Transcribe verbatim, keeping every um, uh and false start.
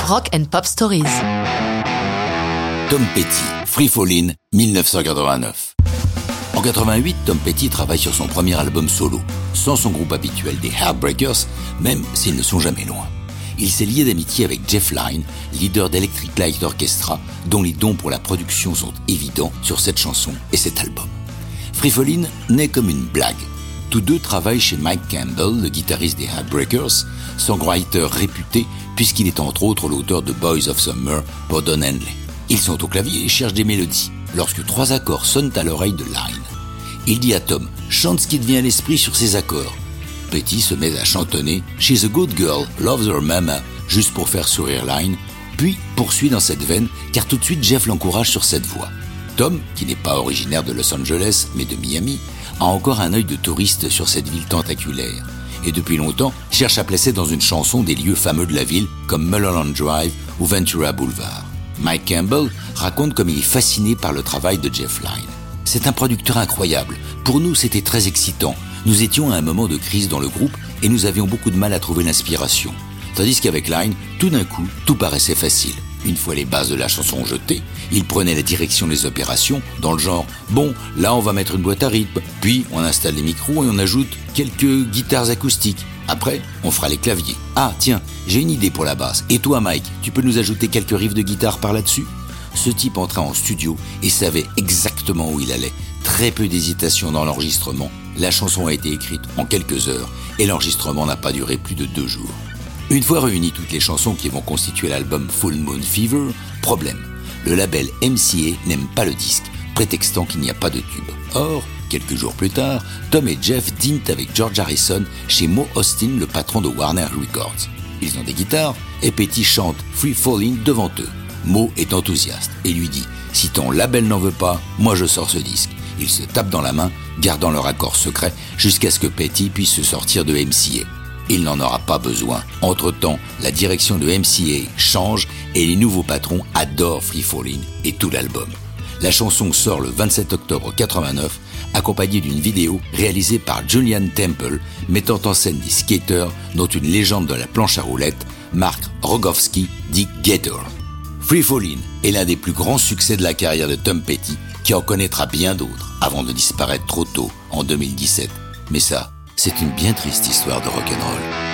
Rock and Pop Stories. Tom Petty, Free Fallin', dix-neuf cent quatre-vingt-neuf. En quatre-vingt-huit, Tom Petty travaille sur son premier album solo, sans son groupe habituel des Heartbreakers, même s'ils ne sont jamais loin. Il s'est lié d'amitié avec Jeff Lynne, leader d'Electric Light Orchestra, dont les dons pour la production sont évidents sur cette chanson et cet album. Free Fallin' naît comme une blague. Tous deux travaillent chez Mike Campbell, le guitariste des Heartbreakers, songwriter réputé puisqu'il est entre autres l'auteur de Boys of Summer pour Don Henley. Ils sont au clavier et cherchent des mélodies, lorsque trois accords sonnent à l'oreille de Lynne. Il dit à Tom « Chante ce qui te vient à l'esprit sur ces accords ». Petty se met à chantonner « She's a good girl, loves her mama » juste pour faire sourire Lynne, puis poursuit dans cette veine car tout de suite Jeff l'encourage sur cette voix. Tom, qui n'est pas originaire de Los Angeles mais de Miami, a encore un œil de touriste sur cette ville tentaculaire et depuis longtemps cherche à placer dans une chanson des lieux fameux de la ville comme Mulholland Drive ou Ventura Boulevard. Mike Campbell raconte comme il est fasciné par le travail de Jeff Lynne. C'est un producteur incroyable. Pour nous, c'était très excitant. Nous étions à un moment de crise dans le groupe et nous avions beaucoup de mal à trouver l'inspiration. Tandis qu'avec Lynne, tout d'un coup, tout paraissait facile. Une fois les bases de la chanson jetées, il prenait la direction des opérations dans le genre « Bon, là on va mettre une boîte à rythme, puis on installe les micros et on ajoute quelques guitares acoustiques. Après, on fera les claviers. Ah tiens, j'ai une idée pour la basse. Et toi Mike, tu peux nous ajouter quelques riffs de guitare par là-dessus ?» Ce type entra en studio et savait exactement où il allait. Très peu d'hésitation dans l'enregistrement. La chanson a été écrite en quelques heures et l'enregistrement n'a pas duré plus de deux jours. Une fois réunies toutes les chansons qui vont constituer l'album Full Moon Fever, problème. Le label M C A n'aime pas le disque, prétextant qu'il n'y a pas de tube. Or, quelques jours plus tard, Tom et Jeff dînent avec George Harrison chez Mo Ostin, le patron de Warner Records. Ils ont des guitares et Petty chante Free Fallin' devant eux. Mo est enthousiaste et lui dit « Si ton label n'en veut pas, moi je sors ce disque ». Ils se tapent dans la main, gardant leur accord secret jusqu'à ce que Petty puisse se sortir de M C A. Il n'en aura pas besoin. Entre-temps, la direction de M C A change et les nouveaux patrons adorent Free Fallin' et tout l'album. La chanson sort le vingt-sept octobre quatre-vingt-neuf, accompagnée d'une vidéo réalisée par Julian Temple, mettant en scène des skaters dont une légende de la planche à roulettes, Mark Rogowski, dit Gator. Free Fallin' est l'un des plus grands succès de la carrière de Tom Petty, qui en connaîtra bien d'autres avant de disparaître trop tôt en deux mille dix-sept. Mais ça, c'est une bien triste histoire de rock'n'roll.